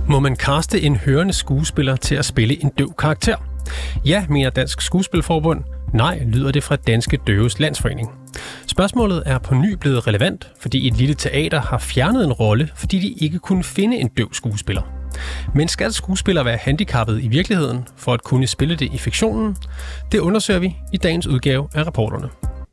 Må man kaste en hørende skuespiller til at spille en døv karakter? Ja, mener Dansk Skuespilforbund. Nej, lyder det fra Danske Døves Landsforening. Spørgsmålet er på ny blevet relevant, fordi et lille teater har fjernet en rolle, fordi de ikke kunne finde en døv skuespiller. Men skal skuespillere være handicappet i virkeligheden for at kunne spille det i fiktionen? Det undersøger vi i dagens udgave af Reporterne.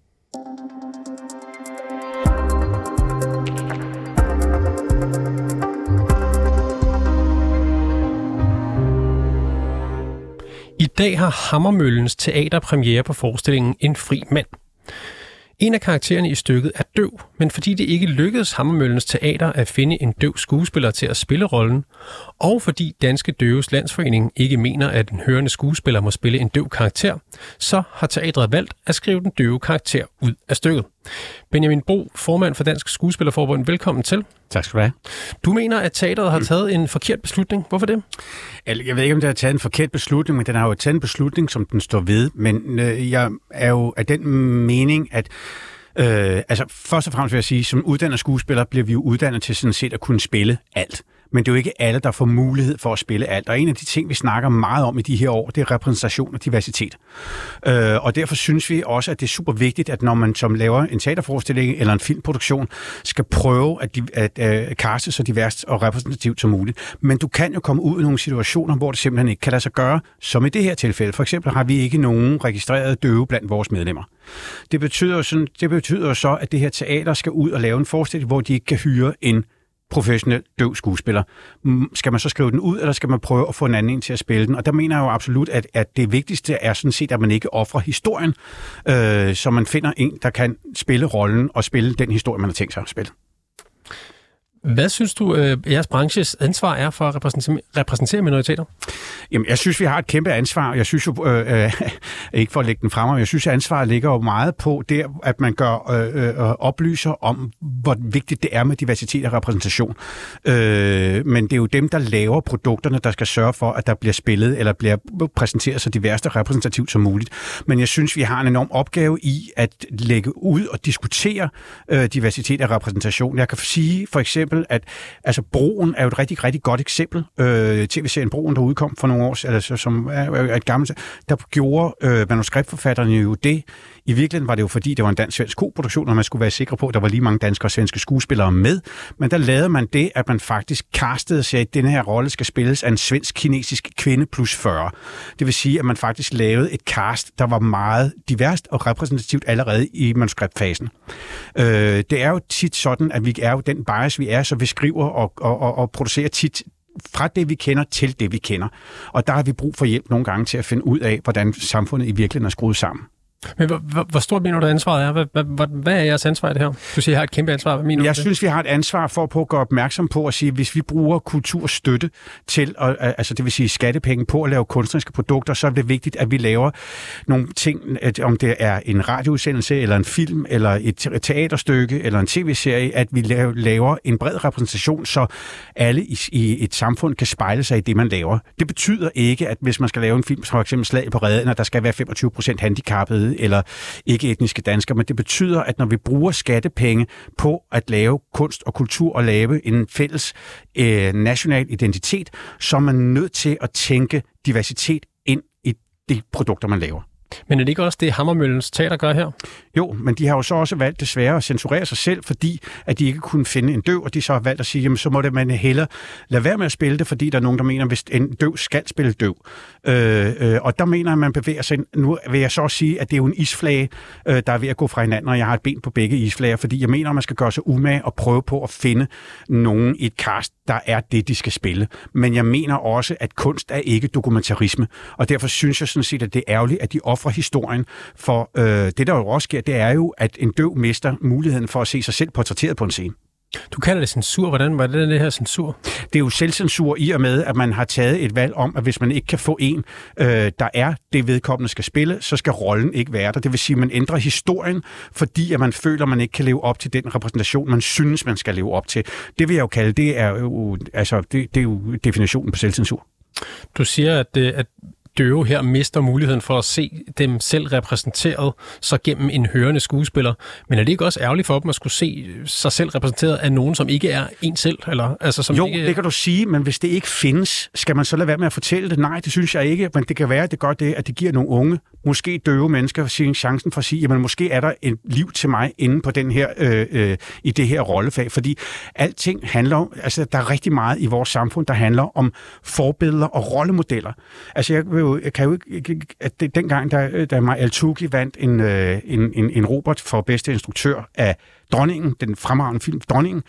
I dag har Hammermøllens teaterpremiere på forestillingen En fri mand. En af karaktererne i stykket er døv, men fordi det ikke lykkedes Hammermøllens teater at finde en døv skuespiller til at spille rollen, og fordi Danske Døves Landsforening ikke mener, at en hørende skuespiller må spille en døv karakter, så har teatret valgt at skrive den døve karakter ud af stykket. Benjamin Bro, formand for Dansk Skuespillerforbund, velkommen til. Tak skal du have. Du mener, at teatret har taget en forkert beslutning. Hvorfor det? Jeg ved ikke, om det har taget en forkert beslutning, men den har jo taget en beslutning, som den står ved. Men jeg er jo af den mening, at først og fremmest vil jeg sige, som uddannet skuespiller bliver vi jo uddannet til sådan set at kunne spille alt. Men det er jo ikke alle, der får mulighed for at spille alt. Og en af de ting, vi snakker meget om i de her år, det er repræsentation og diversitet. Og derfor synes vi også, at det er super vigtigt, at når man som laver en teaterforestilling eller en filmproduktion, skal prøve at kaste så diverst og repræsentativt som muligt. Men du kan jo komme ud i nogle situationer, hvor det simpelthen ikke kan lade sig gøre, som i det her tilfælde. For eksempel har vi ikke nogen registrerede døve blandt vores medlemmer. Det betyder så, at det her teater skal ud og lave en forestilling, hvor de ikke kan hyre en professionel døv skuespiller. Skal man så skrive den ud, eller skal man prøve at få en anden en til at spille den? Og der mener jeg jo absolut, at det vigtigste er sådan set, at man ikke offrer historien, så man finder en, der kan spille rollen og spille den historie, man har tænkt sig at spille. Hvad synes du, jeres branches ansvar er for at repræsentere minoriteter? Jamen, jeg synes, vi har et kæmpe ansvar. Jeg synes jo, ikke for at lægge den frem, men jeg synes, at ansvaret ligger jo meget på det, at man oplyser om, hvor vigtigt det er med diversitet og repræsentation. Men det er jo dem, der laver produkterne, der skal sørge for, at der bliver spillet eller bliver præsenteret så diverst og repræsentativt som muligt. Men jeg synes, vi har en enorm opgave i at lægge ud og diskutere diversitet og repræsentation. Jeg kan sige for eksempel, at altså Broen er jo et rigtig, rigtig godt eksempel. TV-serien Broen, der udkom for nogle år, altså, som er et gammelt, der gjorde manuskriptforfatterne jo det. I virkeligheden var det jo fordi, det var en dansk-svensk koproduktion, og man skulle være sikker på, at der var lige mange danske og svenske skuespillere med. Men der lavede man det, at man faktisk castede sig, at denne her rolle skal spilles af en svensk-kinesisk kvinde plus 40. Det vil sige, at man faktisk lavede et cast, der var meget diverst og repræsentativt allerede i manuskriptfasen. Det er jo tit sådan, at vi er jo den bias, vi er, så vi skriver og producerer tit fra det, vi kender, til det, vi kender. Og der har vi brug for hjælp nogle gange til at finde ud af, hvordan samfundet i virkeligheden er skruet sammen. Men hvor stort mener du, ansvaret er? Hvad er jeres ansvar i det her? Du siger, at jeg har et kæmpe ansvar. Hvad mener du? Jeg synes, vi har et ansvar for at gøre opmærksom på at sige, hvis vi bruger kulturstøtte til, altså det vil sige skattepenge på at lave kunstneriske produkter, så er det vigtigt, at vi laver nogle ting, om det er en radioudsendelse, eller en film, eller et teaterstykke, eller en tv-serie, at vi laver en bred repræsentation, så alle i et samfund kan spejle sig i det, man laver. Det betyder ikke, at hvis man skal lave en film, som for eksempel Slag på Reden, at der skal være 25% handicappede eller ikke-etniske danskere, men det betyder, at når vi bruger skattepenge på at lave kunst og kultur og lave en fælles national identitet, så er man nødt til at tænke diversitet ind i de produkter, man laver. Men er det ikke også det, Hammermøllens teater gør her? Jo, men de har jo så også valgt desværre at censurere sig selv, fordi at de ikke kunne finde en døv, og de så har valgt at sige, jamen så må det man hellere lade være med at spille det, fordi der er nogen, der mener, hvis en døv skal spille døv. Og der mener at man bevæger sig. Nu vil jeg så også sige, at det er jo en isflage, der er ved at gå fra hinanden, og jeg har et ben på begge isflager, fordi jeg mener, at man skal gøre sig umage og prøve på at finde nogen i et cast, der er det, de skal spille. Men jeg mener også, at kunst er ikke dokumentarisme, og derfor synes jeg sådan set, at det er ærgerligt, at de offrer historien, for det, der jo også sker, det er jo, at en døv mister muligheden for at se sig selv portrætteret på en scene. Du kalder det censur. Hvordan var det her censur? Det er jo selvcensur i og med, at man har taget et valg om, at hvis man ikke kan få en, der er det vedkommende skal spille, så skal rollen ikke være der. Det vil sige, at man ændrer historien, fordi at man føler, at man ikke kan leve op til den repræsentation, man synes, man skal leve op til. Det vil jeg jo kalde, det er jo definitionen på selvcensur. Du siger, at døve her mister muligheden for at se dem selv repræsenteret, så gennem en hørende skuespiller. Men er det ikke også ærgerligt for dem at skulle se sig selv repræsenteret af nogen, som ikke er en selv? Eller, altså, som jo, ikke... det kan du sige, men hvis det ikke findes, skal man så lade være med at fortælle det? Nej, det synes jeg ikke, men det kan være, at det gør det, at det giver nogle unge, måske døve mennesker chancen for at sige, jamen måske er der et liv til mig inde på den her, i det her rollefag, fordi alting handler om, altså der er rigtig meget i vores samfund, der handler om forbilleder og rollemodeller. Altså jeg kan jo ikke, at det, dengang, da Maj Altuki vandt en Robert for bedste instruktør af Dronningen, den fremragende film Dronningen,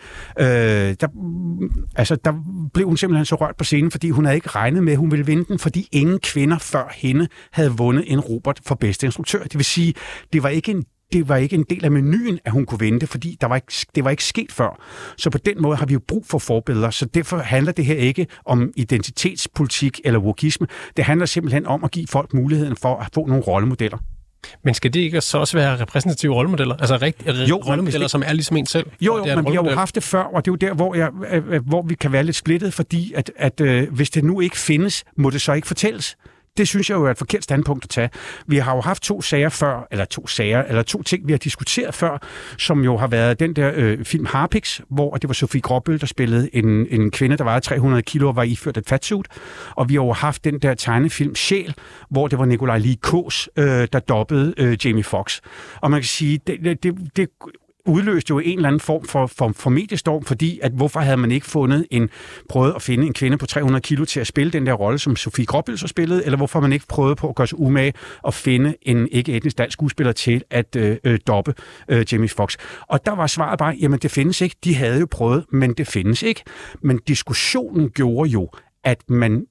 der blev hun simpelthen så rørt på scenen, fordi hun havde ikke regnet med, at hun ville vinde den, fordi ingen kvinder før hende havde vundet en Robert for bedste instruktør. Det vil sige, det var ikke en del af menuen, at hun kunne vinde det, fordi det var ikke sket før. Så på den måde har vi jo brug for forbilleder, så derfor handler det her ikke om identitetspolitik eller wokisme. Det handler simpelthen om at give folk muligheden for at få nogle rollemodeller. Men skal det ikke så også være repræsentative rollemodeller? Altså rollemodeller, som er ligesom en selv? Jo, men vi har jo haft det før, og det er jo der, hvor vi kan være lidt splittet, fordi at hvis det nu ikke findes, må det så ikke fortælles. Det synes jeg jo er et forkert standpunkt at tage. Vi har jo haft to ting, vi har diskuteret før, som jo har været den der film Harpiks, hvor det var Sofie Gråbøl, der spillede en kvinde, der vejede 300 kilo og var iført et fatsuit. Og vi har jo haft den der tegnefilm Sjæl, hvor det var Nikolaj Lie Kaas, der dobbede Jamie Foxx. Og man kan sige, det udløste jo en eller anden form for mediestorm, fordi at hvorfor havde man ikke prøvet at finde en kvinde på 300 kilo til at spille den der rolle, som Sofie Gråbøl så spillede, eller hvorfor man ikke prøvede på at gøre sig umage og finde en ikke-etnisk dansk skuespiller til at dobbe Jamie Foxx. Og der var svaret bare, jamen det findes ikke. De havde jo prøvet, men det findes ikke. Men diskussionen gjorde jo, at man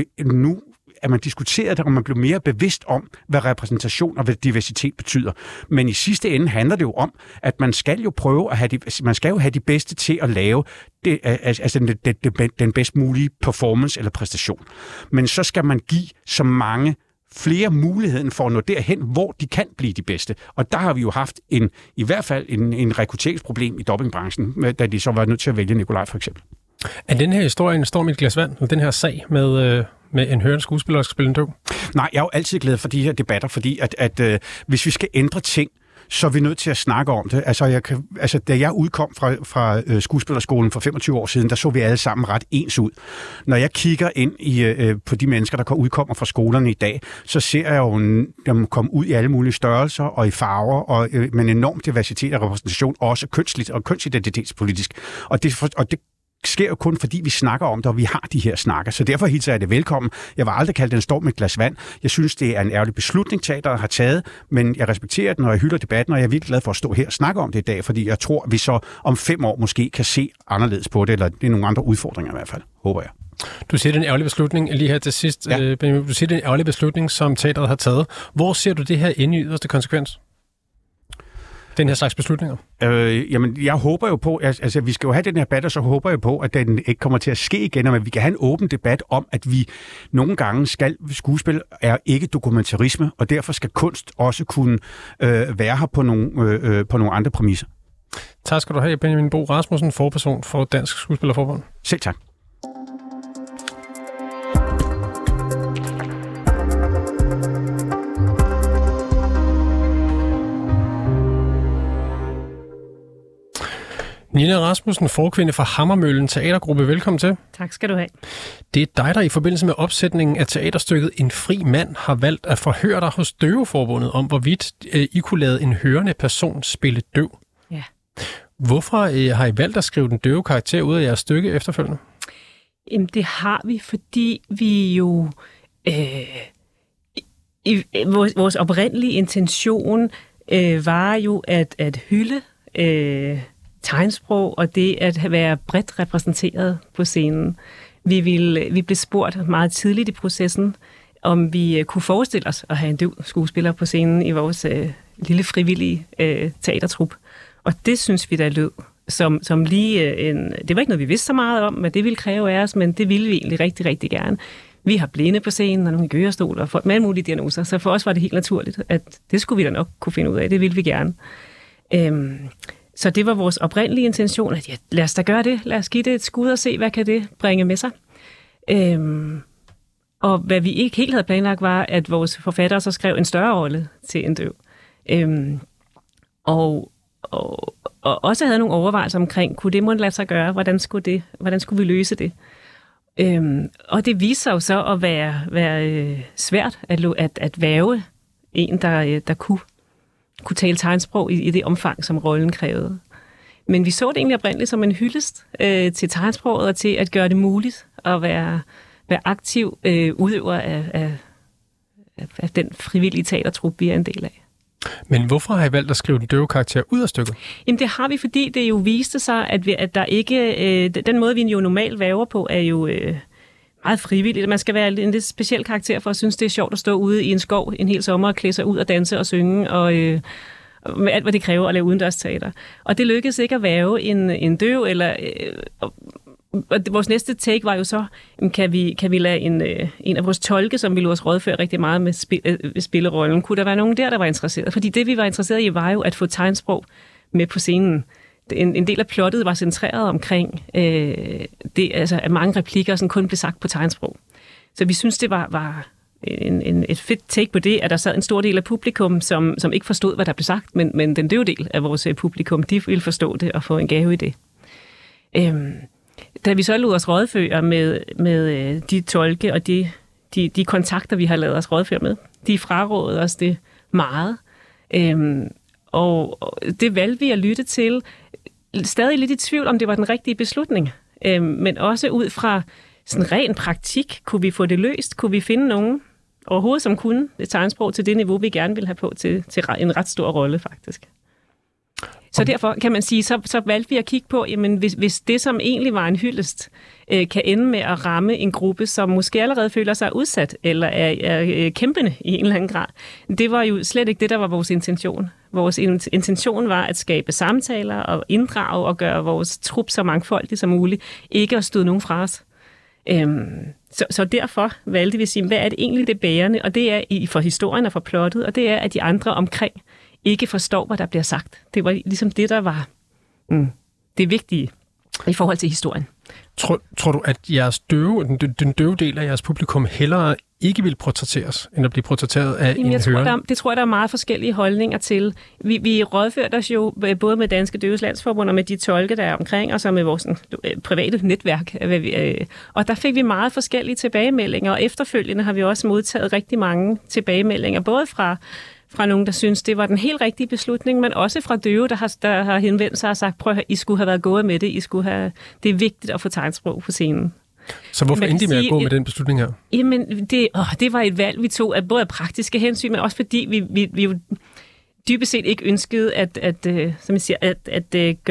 at man diskuterede det, og man blev mere bevidst om, hvad repræsentation og hvad diversitet betyder. Men i sidste ende handler det jo om, at man skal jo prøve at have de bedste til at lave det, altså den bedst mulige performance eller præstation. Men så skal man give så mange flere muligheden for at nå derhen, hvor de kan blive de bedste. Og der har vi jo haft i hvert fald en rekrutteringsproblem i dobbingbranchen, da de så var nødt til at vælge Nikolaj for eksempel. Er den her historie en storm i et glas vand, den her sag med en hørende skuespiller, der skal spille en døv? Nej, jeg er jo altid glad for de her debatter, fordi at hvis vi skal ændre ting, så er vi nødt til at snakke om det. Da jeg udkom fra skuespillerskolen for 25 år siden, der så vi alle sammen ret ens ud. Når jeg kigger ind på de mennesker, der udkommer fra skolerne i dag, så ser jeg jo dem komme ud i alle mulige størrelser og i farver, og med en enorm diversitet og repræsentation, også kønsligt og kønsidentitetspolitisk. Og det sker jo kun, fordi vi snakker om det, og vi har de her snakker. Så derfor hilser jeg det velkommen. Jeg var aldrig kaldt en storm med et glas vand. Jeg synes, det er en ærgerlig beslutning, teateret har taget, men jeg respekterer den, og jeg hylder debatten, og jeg er virkelig glad for at stå her og snakke om det i dag, fordi jeg tror, vi så om 5 år måske kan se anderledes på det, eller det er nogle andre udfordringer i hvert fald, håber jeg. Du siger, det er en ærgerlig beslutning lige her til sidst. Ja. Du siger, det er en ærgerlig beslutning, som teateret har taget. Hvor ser du det her ende i yderste konsekvens? Den her slags beslutninger? Jamen, jeg håber jo på, altså vi skal jo have den her debat, og så håber jeg på, at den ikke kommer til at ske igen, men vi kan have en åben debat om, at vi nogle gange skuespil er ikke dokumentarisme, og derfor skal kunst også kunne være her på nogle andre præmisser. Tak skal du have, Benjamin Bo Rasmussen, forperson for Dansk Skuespillerforbund. Selv tak. Nina Rasmussen, forkvinde for Hammermøllen Teatergruppe. Velkommen til. Tak skal du have. Det er dig, der i forbindelse med opsætningen af teaterstykket En fri mand har valgt at forhøre dig hos Døveforbundet om, hvorvidt I kunne lade en hørende person spille døv. Ja. Hvorfor har I valgt at skrive den døve karakter ud af jeres stykke efterfølgende? Jamen, det har vi, fordi vi jo... vores oprindelige intention var jo at hylde... tegnsprog og det at være bredt repræsenteret på scenen. Vi blev spurgt meget tidligt i processen, om vi kunne forestille os at have en døv skuespiller på scenen i vores lille frivillige teatertrup. Og det synes vi, der lød som lige det var ikke noget, vi vidste så meget om, hvad det ville kræve af os, men det ville vi egentlig rigtig, rigtig gerne. Vi har blinde på scenen, og nogle i gørestol og folk med alle mulige diagnoser, så for os var det helt naturligt, at det skulle vi da nok kunne finde ud af. Det ville vi gerne. Så det var vores oprindelige intention, at ja, lad os da gøre det. Lad os give det et skud og se, hvad kan det bringe med sig. Og hvad vi ikke helt havde planlagt, var, at vores forfattere så skrev en større rolle til en døv. Og også havde nogle overvejelser omkring, kunne det måtte lade sig gøre? Hvordan skulle vi løse det? Og det viste sig jo så at være svært at værge en, der kunne tale tegnsprog i det omfang, som rollen krævede. Men vi så det egentlig oprindeligt som en hyldest til tegnsproget og til at gøre det muligt at være aktiv udøver af den frivillige teatertrup, vi er en del af. Men hvorfor har I valgt at skrive den døve karakter ud af stykket? Jamen det har vi, fordi det jo viste sig, at der ikke... den måde, vi jo normalt væver på, er jo meget frivilligt. Man skal være en lidt speciel karakter for at synes, det er sjovt at stå ude i en skov en hel sommer og klæde sig ud og danse og synge og med alt, hvad det kræver at lave udendørsteater. Og det lykkedes ikke at væve en døv, eller... vores næste take var jo så, kan vi lade en af vores tolke, som ville os rådføre rigtig meget med spillerollen, kunne der være nogen der var interesseret? Fordi det, vi var interesseret i, var jo at få tegnsprog med på scenen. En del af plottet var centreret omkring det, altså at mange replikker sådan kun blev sagt på tegnsprog. Så vi synes, det var et fedt take på det, at der sad en stor del af publikum, som ikke forstod, hvad der blev sagt, men den døve del af vores publikum, de ville forstå det og få en gave i det. Da vi så lod os rådføre med de tolke og de kontakter, vi har lavet os rådføre med, de frarådede os det meget. Og det valgte vi at lytte til. Stadig lidt i tvivl, om det var den rigtige beslutning. Men også ud fra sådan ren praktik, kunne vi få det løst? Kunne vi finde nogen overhovedet, som kunne et tegnsprog til det niveau, vi gerne ville have på til en ret stor rolle, faktisk? Så derfor kan man sige, så valgte vi at kigge på, jamen hvis det, som egentlig var en hyldest, kan ende med at ramme en gruppe, som måske allerede føler sig udsat, eller er kæmpende i en eller anden grad. Det var jo slet ikke det, der var vores intention. Vores intention var at skabe samtaler og inddrage og gøre vores trup så mangfoldig som muligt, ikke at støde nogen fra os. Så derfor valgte vi at sige, hvad er det egentlig det bærende? Og det er for historien og for plottet, og det er, at de andre omkring ikke forstår, hvad der bliver sagt. Det var ligesom det, der var det vigtige i forhold til historien. Tror du, at jeres den døve del af jeres publikum hellere ikke vil portrætteres, end at blive portrætteret af en hørende? Det tror jeg, der er meget forskellige holdninger til. Vi rådførte os jo både med Danske Døves Landsforbund og med de tolke, der er omkring os, og med vores private netværk. Og der fik vi meget forskellige tilbagemeldinger, og efterfølgende har vi også modtaget rigtig mange tilbagemeldinger, både fra nogen, der synes, det var den helt rigtige beslutning, men også fra døve, der har henvendt sig og sagt, prøv at I skulle have været gået med det, det er vigtigt at få tegnsprog på scenen. Så hvorfor endte I med at gå med den beslutning her? Jamen, det var et valg, vi tog af både pragtiske hensyn, men også fordi vi jo dybest set ikke ønskede at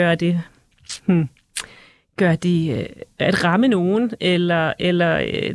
gøre det, at ramme nogen, eller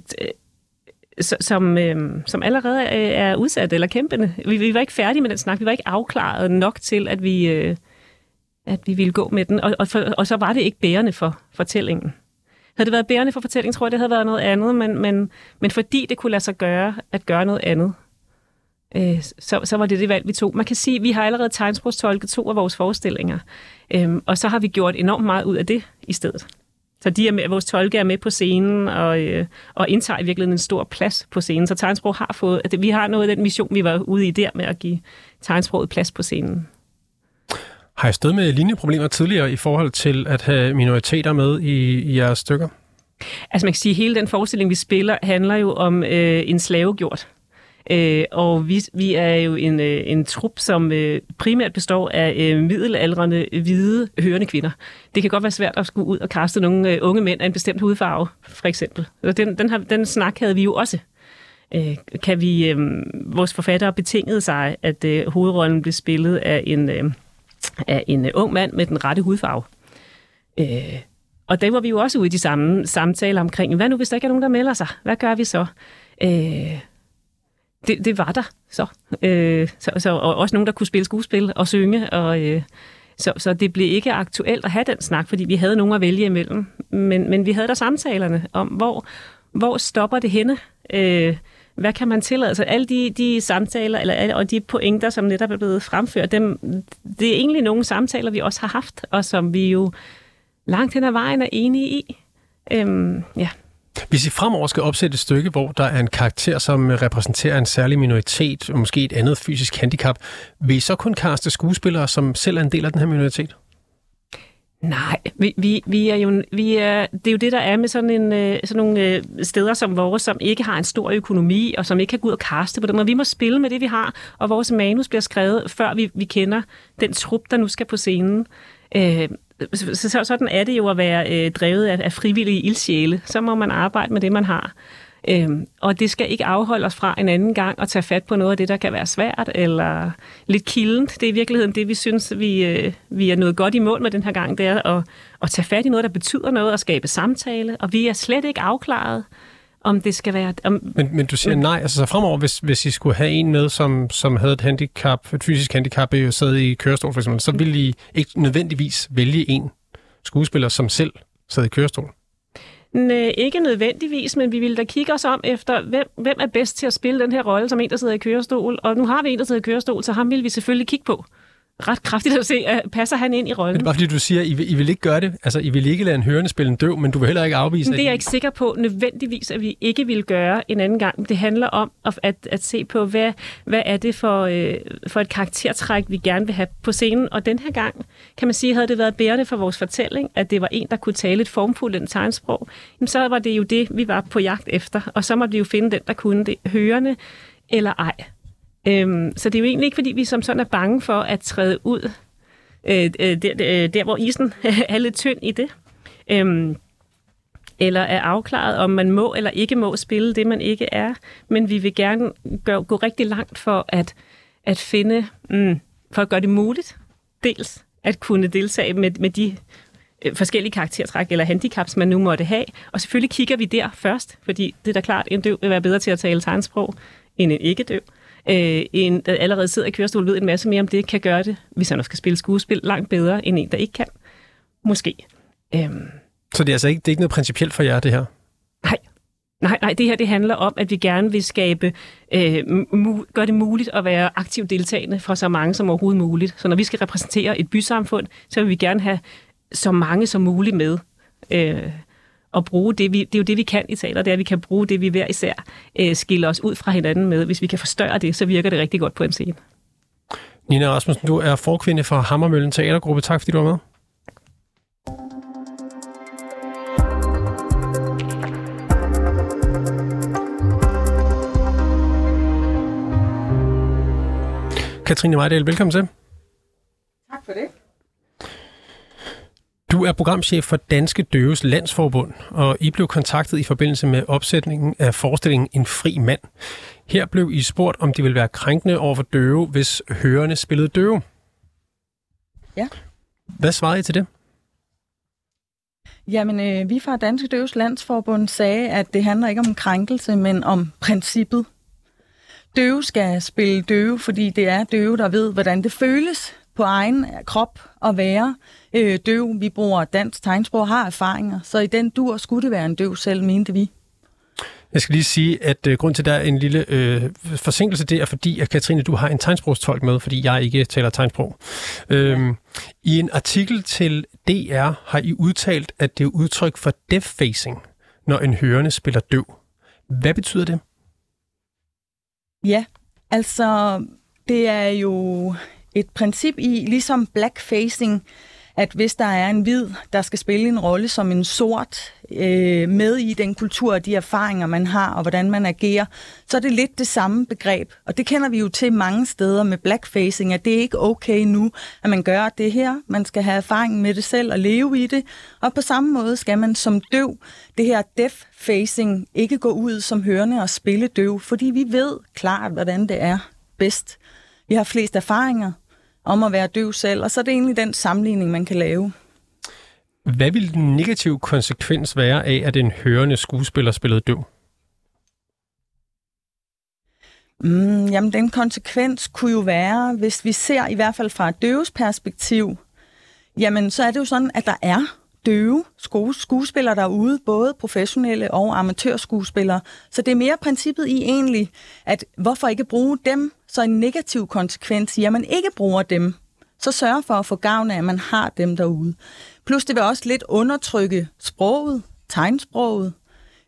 som allerede er udsat eller kæmpende. Vi var ikke færdige med den snak. Vi var ikke afklaret nok til, at vi ville gå med den. Og så var det ikke bærende for fortællingen. Havde det været bærende for fortællingen, tror jeg, det havde været noget andet, men fordi det kunne lade sig gøre at gøre noget andet, så var det valg, vi tog. Man kan sige, at vi har allerede tegnsprogstolket 2 af vores forestillinger, og så har vi gjort enormt meget ud af det i stedet. Så vores tolke er med på scenen og indtager i virkeligheden en stor plads på scenen. Så tegnsprog har fået... vi har noget af den mission, vi var ude i der med at give tegnsproget plads på scenen. Har I stået med lignende problemer tidligere i forhold til at have minoriteter med i jeres stykker? Altså man kan sige, at hele den forestilling, vi spiller, handler jo om en slavegjort. Og vi er jo en trup, som primært består af middelaldrende, hvide, hørende kvinder. Det kan godt være svært at skulle ud og kaste nogle unge mænd af en bestemt hudfarve, for eksempel. Den snak havde vi jo også. Vores forfattere betingede sig, at hovedrollen blev spillet af en ung mand med den rette hudfarve. Og der var vi jo også ude i de samme samtaler omkring, hvad nu hvis der ikke er nogen, der melder sig? Hvad gør vi så? Det var der så. Og også nogen, der kunne spille skuespil og synge. Så det blev ikke aktuelt at have den snak, fordi vi havde nogen at vælge imellem. Men vi havde der samtalerne om, hvor stopper det henne? Hvad kan man tillade? Så alle de samtaler og de pointer, som netop er blevet fremført, det er egentlig nogle samtaler, vi også har haft, og som vi jo langt hen ad vejen er enige i. Ja. Hvis I fremover skal opsætte et stykke, hvor der er en karakter, som repræsenterer en særlig minoritet, og måske et andet fysisk handicap, vil I så kun kaste skuespillere, som selv er en del af den her minoritet? Nej, det er jo det, der er med sådan nogle steder som vores, som ikke har en stor økonomi, og som ikke kan gå ud og kaste på dem. Vi må spille med det, vi har, og vores manus bliver skrevet, før vi kender den trup, der nu skal på scenen. Sådan er det jo at være drevet af frivillige ildsjæle. Så må man arbejde med det, man har. Og det skal ikke afholde os fra en anden gang at tage fat på noget af det, der kan være svært eller lidt kildent. Det er i virkeligheden det, vi synes, vi er nået godt i mål med den her gang. Det er at tage fat i noget, der betyder noget og skabe samtale. Og vi er slet ikke afklaret, om det skal være... Men du siger nej. Altså så fremover, hvis I skulle have en med, som havde et handicap, et fysisk handicap, og sad i kørestol for eksempel, så ville I ikke nødvendigvis vælge en skuespiller, som selv sad i kørestol? Ikke nødvendigvis, men vi ville da kigge os om efter, hvem er bedst til at spille den her rolle som en, der sidder i kørestol. Og nu har vi en, der sidder i kørestol, så ham vil vi selvfølgelig kigge på. Ret kraftigt at se, passer han ind i rollen. Men det er bare fordi, du siger, I vil ikke gøre det. Altså, I vil ikke lade en hørende spille en døv, men du vil heller ikke afvise det. Det er jeg ikke sikker på nødvendigvis, at vi ikke vil gøre en anden gang. Det handler om at se på, hvad er det for et karaktertræk, vi gerne vil have på scenen. Og den her gang, kan man sige, havde det været bærende for vores fortælling, at det var en, der kunne tale et formfuldt tegnsprog, så var det jo det, vi var på jagt efter. Og så måtte vi jo finde den, der kunne det, hørende eller ej. Så det er jo egentlig ikke, fordi vi som sådan er bange for at træde ud der hvor isen er lidt tynd i det. Eller er afklaret, om man må eller ikke må spille det, man ikke er. Men vi vil gerne gå rigtig langt for at finde, for at gøre det muligt, dels at kunne deltage med de forskellige karaktertræk eller handicaps, man nu måtte have. Og selvfølgelig kigger vi der først, fordi det er da klart, en døv vil være bedre til at tale tegnsprog end en ikke-døv. En, der allerede sidder i kørestol, ved en masse mere om det, kan gøre det, hvis han også skal spille skuespil, langt bedre end en, der ikke kan. Måske. Så det er altså ikke, det er ikke noget principielt for jer, det her? Nej, det her det handler om, at vi gerne vil skabe, gøre det muligt at være aktivt deltagende for så mange som overhovedet muligt. Så når vi skal repræsentere et bysamfund, så vil vi gerne have så mange som muligt med. Og bruge det, det er jo det, vi kan i teater, det er, at vi kan bruge det, vi hver især skiller os ud fra hinanden med. Hvis vi kan forstørre det, så virker det rigtig godt på en scene. Nina Rasmussen, du er forkvinde for Hammermøllen Teatergruppe. Tak fordi du var med. Katrine Mejdal, velkommen til. Tak for det. Du er programchef for Danske Døves Landsforbund, og I blev kontaktet i forbindelse med opsætningen af forestillingen En fri mand. Her blev I spurgt, om de ville være krænkende over for døve, hvis hørende spillede døve. Ja. Hvad svarede I til det? Jamen, vi fra Danske Døves Landsforbund sagde, at det handler ikke om krænkelse, men om princippet. Døve skal spille døve, fordi det er døve, der ved, hvordan det føles på egen krop at være døv. Vi bruger dansk tegnsprog, har erfaringer, så i den dur skulle det være en døv selv, mente vi. Jeg skal lige sige, at grund til, at der er en lille forsinkelse, det er fordi, at Katrine, du har en tegnsprogstolk med, fordi jeg ikke taler tegnsprog. I en artikel til DR har I udtalt, at det er udtryk for deaf-facing, når en hørende spiller døv. Hvad betyder det? Ja, altså det er jo et princip i, ligesom blackfacing, at hvis der er en hvid, der skal spille en rolle som en sort, med i den kultur og de erfaringer, man har, og hvordan man agerer, så er det lidt det samme begreb. Og det kender vi jo til mange steder med blackfacing, at det er ikke okay nu, at man gør det her. Man skal have erfaring med det selv og leve i det. Og på samme måde skal man som døv, det her deaf-facing, ikke gå ud som hørende og spille døv, fordi vi ved klart, hvordan det er bedst. Vi har flest erfaringer om at være døv selv, og så er det egentlig den sammenligning, man kan lave. Hvad ville den negative konsekvens være af, at en hørende skuespiller spillede døv? Jamen, den konsekvens kunne jo være, hvis vi ser i hvert fald fra et døves perspektiv, jamen, så er det jo sådan, at der er døve skuespillere derude, både professionelle og amatørskuespillere. Så det er mere princippet i egentlig, at hvorfor ikke bruge dem, så en negativ konsekvens i, at man ikke bruger dem, så sørg for at få gavn af, at man har dem derude. Plus det vil også lidt undertrykke sproget, tegnsproget,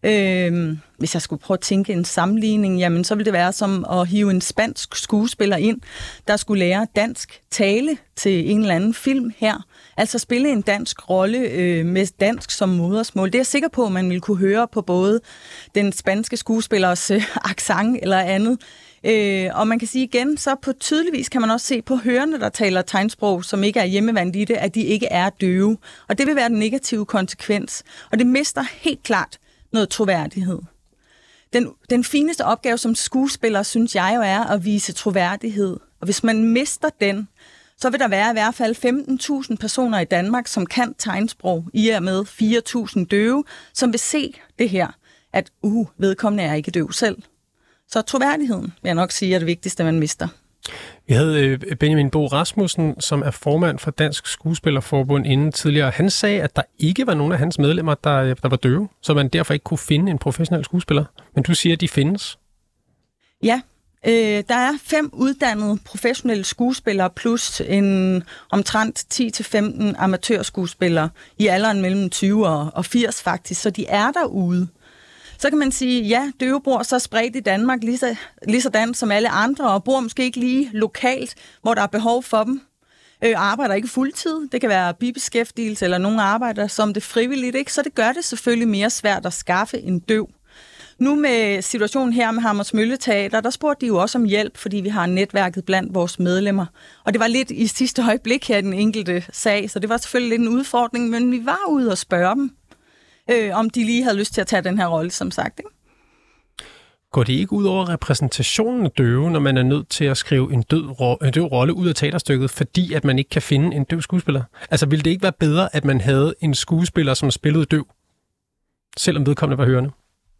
Hvis jeg skulle prøve at tænke en sammenligning, jamen så ville det være som at hive en spansk skuespiller ind, der skulle lære dansk tale til en eller anden film her. Altså spille en dansk rolle med dansk som modersmål. Det er jeg sikker på, at man ville kunne høre på både den spanske skuespillers accent eller andet. Og man kan sige igen, så på tydeligvis kan man også se på hørende, der taler tegnsprog, som ikke er hjemmevant i det, at de ikke er døve. Og det vil være den negative konsekvens. Og det mister helt klart noget troværdighed. Den fineste opgave som skuespiller, synes jeg jo er at vise troværdighed. Og hvis man mister den, så vil der være i hvert fald 15.000 personer i Danmark, som kan tegnsprog, i og med 4.000 døve, som vil se det her, at vedkommende er ikke døv selv. Så troværdigheden, vil jeg nok sige, er det vigtigste, man mister. Vi havde Benjamin Bo Rasmussen, som er formand for Dansk Skuespillerforbund inden tidligere. Han sagde, at der ikke var nogen af hans medlemmer, der var døve, så man derfor ikke kunne finde en professionel skuespiller. Men du siger, at de findes? Ja, der er 5 uddannede professionelle skuespillere plus omtrent 10-15 amatørskuespillere i alderen mellem 20 og 80 faktisk, så de er derude. Så kan man sige, ja, døve bor så spredt i Danmark lige sådan som alle andre, og bor måske ikke lige lokalt, hvor der er behov for dem. Arbejder ikke fuldtid, det kan være bibeskæftigelse, eller nogen arbejder som det frivilligt, ikke? Så det gør det selvfølgelig mere svært at skaffe en døv. Nu med situationen her med Hammersmølle Teater, der spurgte de jo også om hjælp, fordi vi har netværket blandt vores medlemmer. Og det var lidt i sidste øjeblik her den enkelte sag, så det var selvfølgelig lidt en udfordring, men vi var ude og spørge dem, om de lige havde lyst til at tage den her rolle, som sagt. Ikke? Går det ikke ud over repræsentationen af døve, når man er nødt til at skrive en døv rolle ud af teaterstykket, fordi at man ikke kan finde en døv skuespiller? Altså, ville det ikke være bedre, at man havde en skuespiller, som spillede døv, selvom vedkommende var hørende?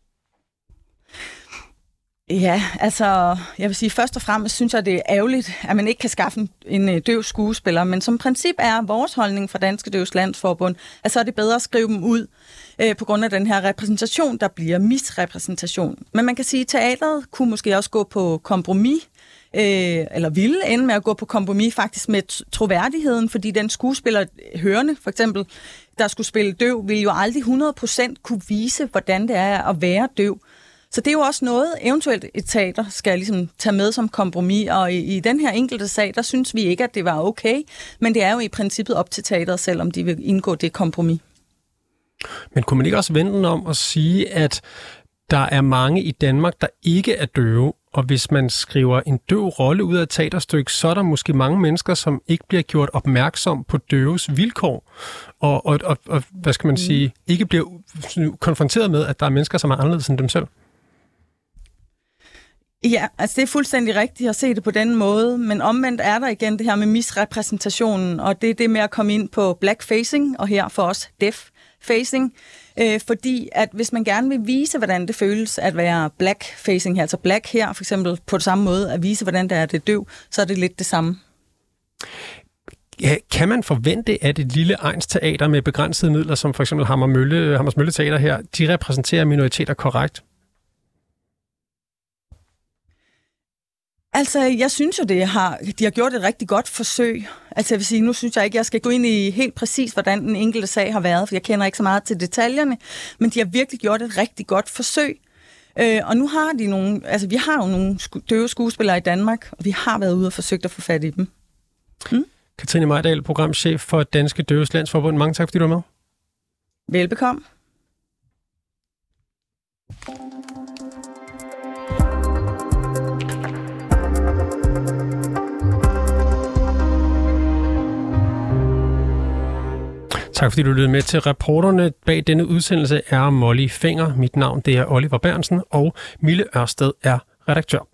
Ja, altså, jeg vil sige, først og fremmest synes jeg, det er ærgerligt, at man ikke kan skaffe en døv skuespiller, men som princip er vores holdning fra Danske Døves Landsforbund, at så er det bedre at skrive dem ud på grund af den her repræsentation, der bliver misrepræsentation. Men man kan sige, at teateret kunne måske også gå på kompromis, eller ville ende med at gå på kompromis faktisk med troværdigheden, fordi den skuespiller hørende, for eksempel, der skulle spille døv, ville jo aldrig 100% kunne vise, hvordan det er at være døv. Så det er jo også noget, eventuelt et teater skal ligesom tage med som kompromis, og i den her enkelte sag, der synes vi ikke, at det var okay, men det er jo i princippet op til teateret selv, om de vil indgå det kompromis. Men kunne man ikke også vende den om og sige, at der er mange i Danmark, der ikke er døve, og hvis man skriver en døv rolle ud af et teaterstykke, så er der måske mange mennesker, som ikke bliver gjort opmærksom på døves vilkår, og hvad skal man sige, ikke bliver konfronteret med, at der er mennesker, som er anderledes end dem selv. Ja, altså det er fuldstændig rigtigt at se det på den måde, men omvendt er der igen det her med misrepræsentationen, og det er det med at komme ind på blackfacing, og her for os deafacing, fordi at hvis man gerne vil vise, hvordan det føles at være blackfacing, altså black her for eksempel på samme måde, at vise, hvordan det er det døv, så er det lidt det samme. Ja, kan man forvente, at et lille egnsteater med begrænsede midler, som for eksempel Hammersmølle Teater her, de repræsenterer minoriteter korrekt? Altså, jeg synes jo, de har gjort et rigtig godt forsøg. Altså, jeg vil sige, nu synes jeg ikke, jeg skal gå ind i helt præcis, hvordan den enkelte sag har været, for jeg kender ikke så meget til detaljerne, men de har virkelig gjort et rigtig godt forsøg. Og nu har de vi har jo nogle døve skuespillere i Danmark, og vi har været ude og forsøgt at få fat i dem. Katrine Mejdal, programchef for Danske Døves Landsforbund. Mange tak, fordi du var med. Velbekomme. Tak fordi du lyttede med til Reporterne. Bag denne udsendelse er Molly Fenger. Mit navn det er Oliver Bernsen, og Mille Ørsted er redaktør.